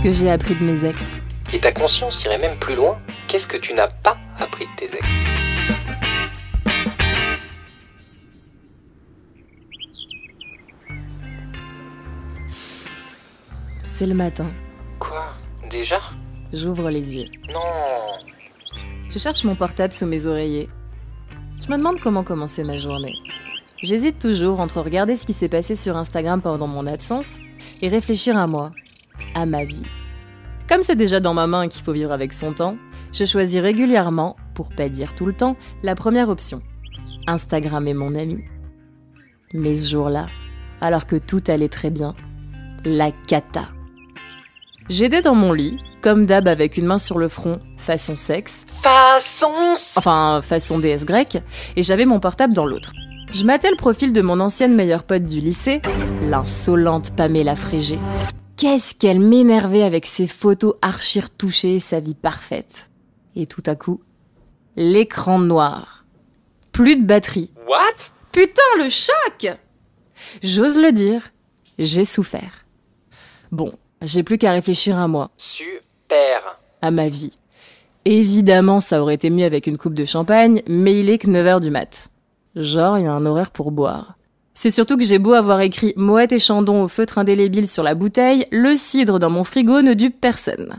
Qu'est-ce que j'ai appris de mes ex ? Et ta conscience irait même plus loin. Qu'est-ce que tu n'as pas appris de tes ex ? C'est le matin. Quoi ? Déjà ? J'ouvre les yeux. Non. Je cherche mon portable sous mes oreillers. Je me demande comment commencer ma journée. J'hésite toujours entre regarder ce qui s'est passé sur Instagram pendant mon absence et réfléchir à moi, à ma vie. Comme c'est déjà dans ma main qu'il faut vivre avec son temps, je choisis régulièrement, pour pas dire tout le temps, la première option. Instagram est mon ami. Mais ce jour-là, alors que tout allait très bien, la cata. J'étais dans mon lit, comme d'hab avec une main sur le front, façon sexe. Façon déesse grecque, et j'avais mon portable dans l'autre. Je matais le profil de mon ancienne meilleure pote du lycée, l'insolente Pamela Frégé. Qu'est-ce qu'elle m'énervait avec ses photos archi-retouchées et sa vie parfaite. Et tout à coup, l'écran noir. Plus de batterie. What ? Putain, le choc ! J'ose le dire, j'ai souffert. Bon, j'ai plus qu'à réfléchir à moi. Super. À ma vie. Évidemment, ça aurait été mieux avec une coupe de champagne, mais il est que 9h du mat. Genre, il y a un horaire pour boire. C'est surtout que j'ai beau avoir écrit Moët et Chandon au feutre indélébile sur la bouteille, le cidre dans mon frigo ne dupe personne.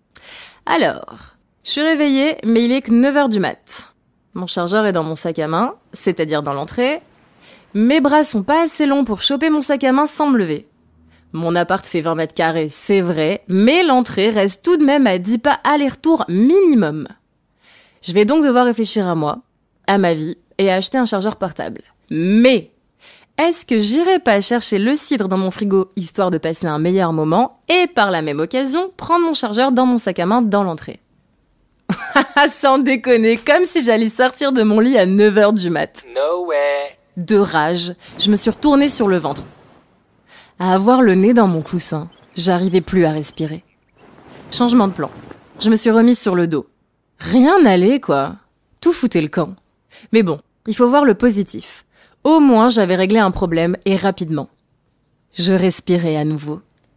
Alors, je suis réveillée, mais il est que 9h du mat. Mon chargeur est dans mon sac à main, c'est-à-dire dans l'entrée. Mes bras sont pas assez longs pour choper mon sac à main sans me lever. Mon appart fait 20 mètres carrés, c'est vrai, mais l'entrée reste tout de même à 10 pas aller-retour minimum. Je vais donc devoir réfléchir à moi, à ma vie, et à acheter un chargeur portable. Mais, est-ce que j'irai pas chercher le cidre dans mon frigo, histoire de passer un meilleur moment, et par la même occasion, prendre mon chargeur dans mon sac à main dans l'entrée ? Sans déconner, comme si j'allais sortir de mon lit à 9h du mat. No way. De rage, je me suis retournée sur le ventre. À avoir le nez dans mon coussin, j'arrivais plus à respirer. Changement de plan. Je me suis remise sur le dos. Rien n'allait, quoi. Tout foutait le camp. Mais bon, il faut voir le positif. Au moins, j'avais réglé un problème, et rapidement. Je respirais à nouveau.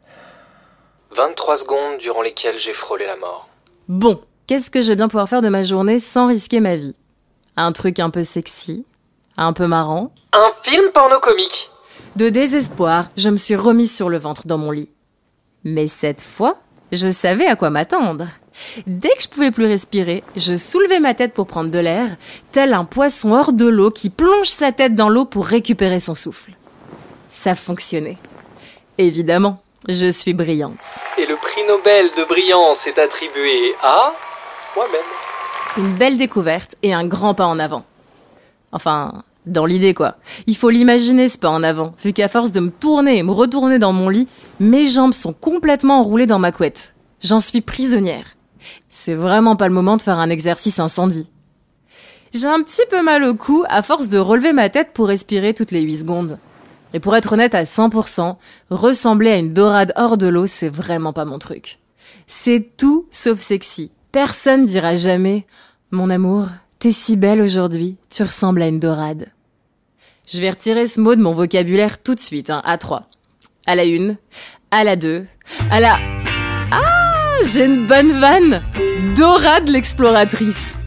23 secondes durant lesquelles j'ai frôlé la mort. Bon, qu'est-ce que je vais bien pouvoir faire de ma journée sans risquer ma vie ? Un truc un peu sexy, un peu marrant. Un film porno comique. De désespoir, je me suis remise sur le ventre dans mon lit. Mais cette fois, je savais à quoi m'attendre. Dès que je pouvais plus respirer, je soulevais ma tête pour prendre de l'air, tel un poisson hors de l'eau qui plonge sa tête dans l'eau pour récupérer son souffle. Ça fonctionnait. Évidemment, je suis brillante. Et le prix Nobel de brillance est attribué à moi-même. Une belle découverte et un grand pas en avant. Enfin, dans l'idée quoi. Il faut l'imaginer ce pas en avant, vu qu'à force de me tourner et me retourner dans mon lit, mes jambes sont complètement enroulées dans ma couette. J'en suis prisonnière. C'est vraiment pas le moment de faire un exercice incendie. J'ai un petit peu mal au cou à force de relever ma tête pour respirer toutes les 8 secondes. Et pour être honnête à 100%, ressembler à une dorade hors de l'eau, c'est vraiment pas mon truc. C'est tout sauf sexy. Personne dira jamais « Mon amour, t'es si belle aujourd'hui, tu ressembles à une dorade. » Je vais retirer ce mot de mon vocabulaire tout de suite, à 3. À la 1, à la 2, à la... Ah, j'ai une bonne vanne. Dorade l'exploratrice.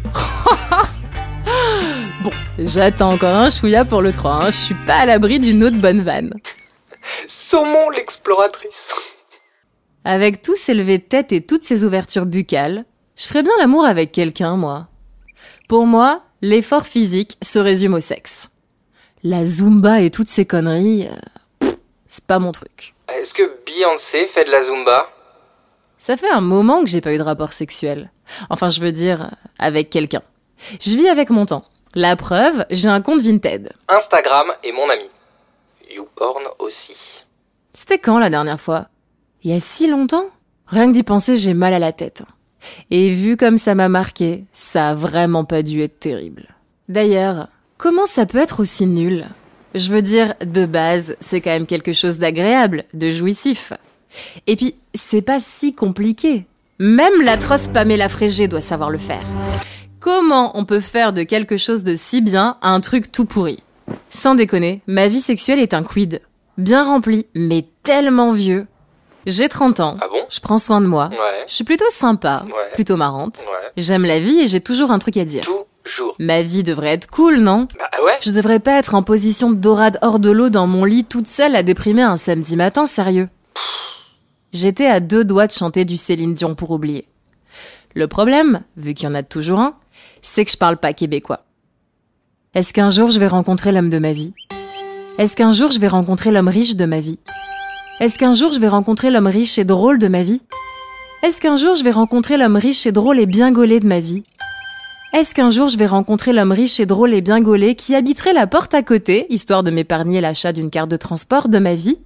Bon, j'attends encore un chouïa pour le 3, je suis pas à l'abri d'une autre bonne vanne. Saumon l'exploratrice. Avec tous ces levés de tête et toutes ces ouvertures buccales, je ferais bien l'amour avec quelqu'un, moi. Pour moi, l'effort physique se résume au sexe. La Zumba et toutes ces conneries, c'est pas mon truc. Est-ce que Beyoncé fait de la Zumba ? Ça fait un moment que j'ai pas eu de rapport sexuel. Enfin, je veux dire, avec quelqu'un. Je vis avec mon temps. La preuve, j'ai un compte Vinted. Instagram est mon ami. YouPorn aussi. C'était quand la dernière fois ? Il y a si longtemps ? Rien que d'y penser, j'ai mal à la tête. Et vu comme ça m'a marqué, ça a vraiment pas dû être terrible. D'ailleurs, comment ça peut être aussi nul ? Je veux dire, de base, c'est quand même quelque chose d'agréable, de jouissif. Et puis, c'est pas si compliqué. Même l'atroce Pamela Frégé doit savoir le faire. Comment on peut faire de quelque chose de si bien un truc tout pourri ? Sans déconner, ma vie sexuelle est un quid. Bien rempli, mais tellement vieux. J'ai 30 ans. Ah bon? Je prends soin de moi. Ouais. Je suis plutôt sympa, Ouais. plutôt marrante. Ouais. J'aime la vie et j'ai toujours un truc à dire. Toujours. Ma vie devrait être cool, non? Bah ouais. Je devrais pas être en position de dorade hors de l'eau dans mon lit toute seule à déprimer un samedi matin, sérieux. J'étais à 2 doigts de chanter du Céline Dion pour oublier. Le problème, vu qu'il y en a toujours un, c'est que je parle pas québécois. Est-ce qu'un jour je vais rencontrer l'homme de ma vie? Est-ce qu'un jour je vais rencontrer l'homme riche de ma vie? Est-ce qu'un jour je vais rencontrer l'homme riche et drôle de ma vie? Est-ce qu'un jour je vais rencontrer l'homme riche et drôle et bien gaulé de ma vie? Est-ce qu'un jour je vais rencontrer l'homme riche et drôle et bien gaulé qui habiterait la porte à côté, histoire de m'épargner l'achat d'une carte de transport de ma vie?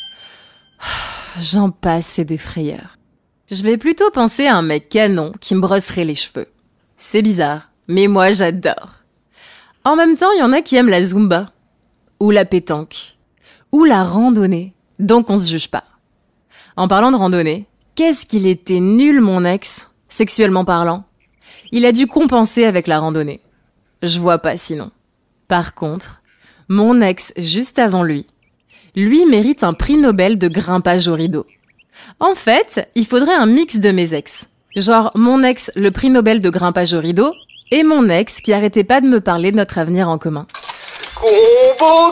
J'en passe, c'est des frayeurs. Je vais plutôt penser à un mec canon qui me brosserait les cheveux. C'est bizarre, mais moi j'adore. En même temps, il y en a qui aiment la Zumba, ou la pétanque, ou la randonnée, donc on se juge pas. En parlant de randonnée, qu'est-ce qu'il était nul mon ex, sexuellement parlant. Il a dû compenser avec la randonnée. Je vois pas sinon. Par contre, mon ex juste avant lui mérite un prix Nobel de grimpage au rideau. En fait, il faudrait un mix de mes ex. Genre mon ex, le prix Nobel de grimpage au rideau, et mon ex qui arrêtait pas de me parler de notre avenir en commun. Combo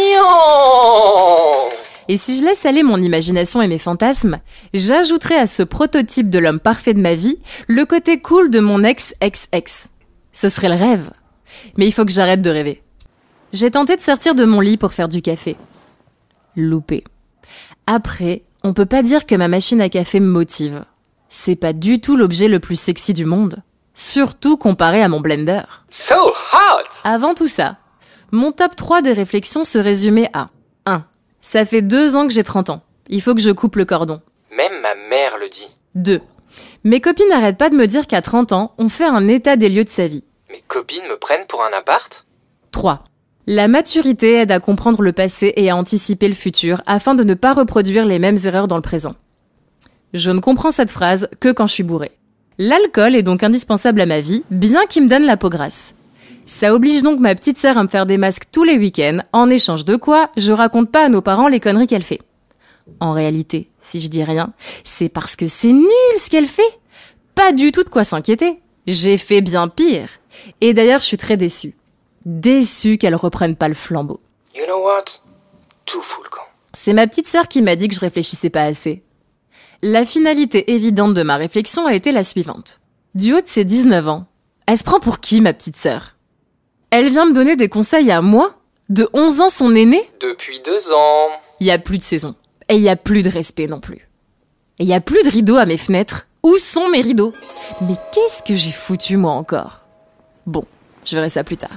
gagnant! Et si je laisse aller mon imagination et mes fantasmes, j'ajouterai à ce prototype de l'homme parfait de ma vie le côté cool de mon ex-ex-ex. Ce serait le rêve. Mais il faut que j'arrête de rêver. J'ai tenté de sortir de mon lit pour faire du café. Loupé. Après, on peut pas dire que ma machine à café me motive. C'est pas du tout l'objet le plus sexy du monde. Surtout comparé à mon blender. So hot! Avant tout ça, mon top 3 des réflexions se résumait à 1. Ça fait 2 ans que j'ai 30 ans. Il faut que je coupe le cordon. Même ma mère le dit. 2. Mes copines n'arrêtent pas de me dire qu'à 30 ans, on fait un état des lieux de sa vie. Mes copines me prennent pour un appart? 3. La maturité aide à comprendre le passé et à anticiper le futur afin de ne pas reproduire les mêmes erreurs dans le présent. Je ne comprends cette phrase que quand je suis bourrée. L'alcool est donc indispensable à ma vie, bien qu'il me donne la peau grasse. Ça oblige donc ma petite sœur à me faire des masques tous les week-ends, en échange de quoi je raconte pas à nos parents les conneries qu'elle fait. En réalité, si je dis rien, c'est parce que c'est nul ce qu'elle fait. Pas du tout de quoi s'inquiéter. J'ai fait bien pire. Et d'ailleurs, je suis très déçue. Déçue qu'elle reprenne pas le flambeau. You know what? Tout fout le camp. C'est ma petite sœur qui m'a dit que je réfléchissais pas assez. La finalité évidente de ma réflexion a été la suivante. Du haut de ses 19 ans, elle se prend pour qui, ma petite sœur? Elle vient me donner des conseils à moi? De 11 ans son aîné? Depuis 2 ans. Il y a plus de saison. Et il y a plus de respect non plus. Et il y a plus de rideaux à mes fenêtres. Où sont mes rideaux? Mais qu'est-ce que j'ai foutu moi encore? Bon, je verrai ça plus tard.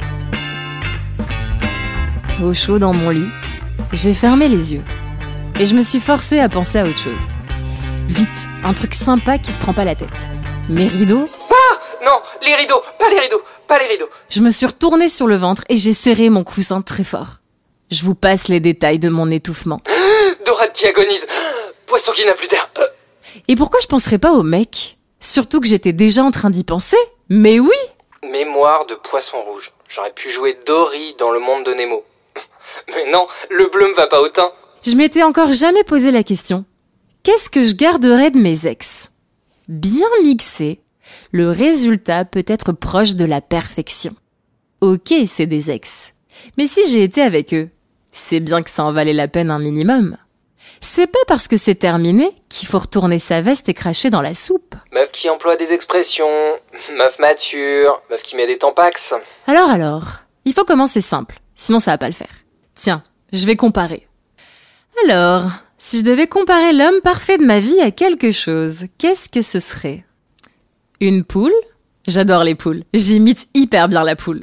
Au chaud dans mon lit, j'ai fermé les yeux. Et je me suis forcée à penser à autre chose. Vite, un truc sympa qui se prend pas la tête. Mes rideaux? Non, les rideaux, pas les rideaux, pas les rideaux. Je me suis retournée sur le ventre et j'ai serré mon coussin très fort. Je vous passe les détails de mon étouffement. Dorade qui agonise. Poisson qui n'a plus d'air. Et pourquoi je penserais pas au mec? Surtout que j'étais déjà en train d'y penser. Mais oui! Mémoire de poisson rouge. J'aurais pu jouer Dory dans le monde de Nemo. Mais non, le bleu me va pas au teint. Je m'étais encore jamais posé la question. Qu'est-ce que je garderais de mes ex? Bien mixé, le résultat peut être proche de la perfection. Ok, c'est des ex. Mais si j'ai été avec eux, c'est bien que ça en valait la peine un minimum. C'est pas parce que c'est terminé qu'il faut retourner sa veste et cracher dans la soupe. Meuf qui emploie des expressions, meuf mature, meuf qui met des tampax. Alors, il faut commencer simple, sinon ça va pas le faire. Tiens, je vais comparer. Alors, si je devais comparer l'homme parfait de ma vie à quelque chose, qu'est-ce que ce serait? Une poule? J'adore les poules. J'imite hyper bien la poule.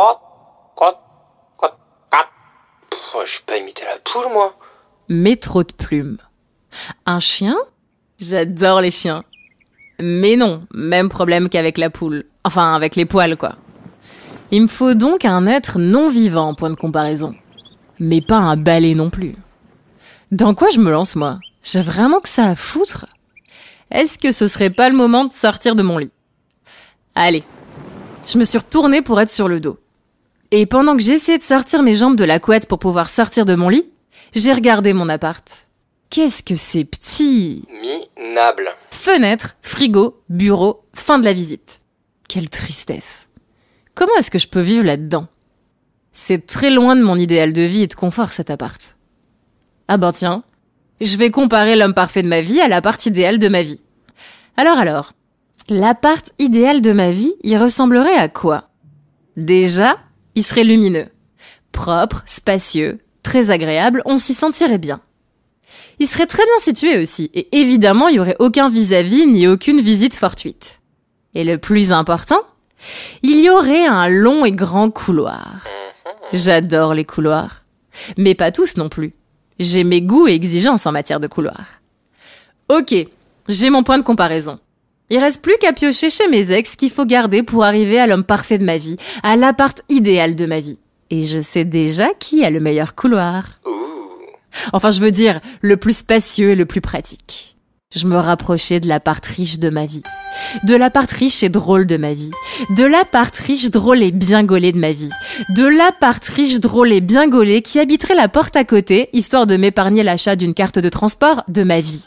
Je vais pas imiter la poule, moi. Mais trop de plumes. Un chien? J'adore les chiens. Mais non, même problème qu'avec la poule. Enfin, avec les poils, quoi. Il me faut donc un être non vivant, point de comparaison. Mais pas un balai non plus. Dans quoi je me lance, moi? J'ai vraiment que ça à foutre? Est-ce que ce serait pas le moment de sortir de mon lit? Allez. Je me suis retournée pour être sur le dos. Et pendant que j'essayais de sortir mes jambes de la couette pour pouvoir sortir de mon lit, j'ai regardé mon appart. Qu'est-ce que c'est petit! Minable. Fenêtre, frigo, bureau, fin de la visite. Quelle tristesse. Comment est-ce que je peux vivre là-dedans? C'est très loin de mon idéal de vie et de confort, cet appart. Ah ben tiens, je vais comparer l'homme parfait de ma vie à l'appart idéal de ma vie. Alors, l'appart idéal de ma vie, il ressemblerait à quoi? Déjà, il serait lumineux. Propre, spacieux, très agréable, on s'y sentirait bien. Il serait très bien situé aussi, et évidemment, il n'y aurait aucun vis-à-vis ni aucune visite fortuite. Et le plus important, il y aurait un long et grand couloir. J'adore les couloirs. Mais pas tous non plus. J'ai mes goûts et exigences en matière de couloir. Ok, j'ai mon point de comparaison. Il reste plus qu'à piocher chez mes ex qu'il faut garder pour arriver à l'homme parfait de ma vie, à l'appart idéal de ma vie. Et je sais déjà qui a le meilleur couloir. Enfin, je veux dire, le plus spacieux et le plus pratique. Je me rapprochais de l'appart riche de ma vie. De l'appart riche et drôle de ma vie. De l'appart riche, drôle et bien gaulé de ma vie. De l'appart riche, drôle et bien gaulé qui habiterait la porte à côté, histoire de m'épargner l'achat d'une carte de transport de ma vie.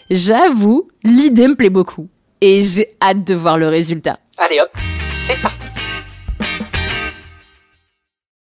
J'avoue, l'idée me plaît beaucoup. Et j'ai hâte de voir le résultat. Allez hop, c'est parti.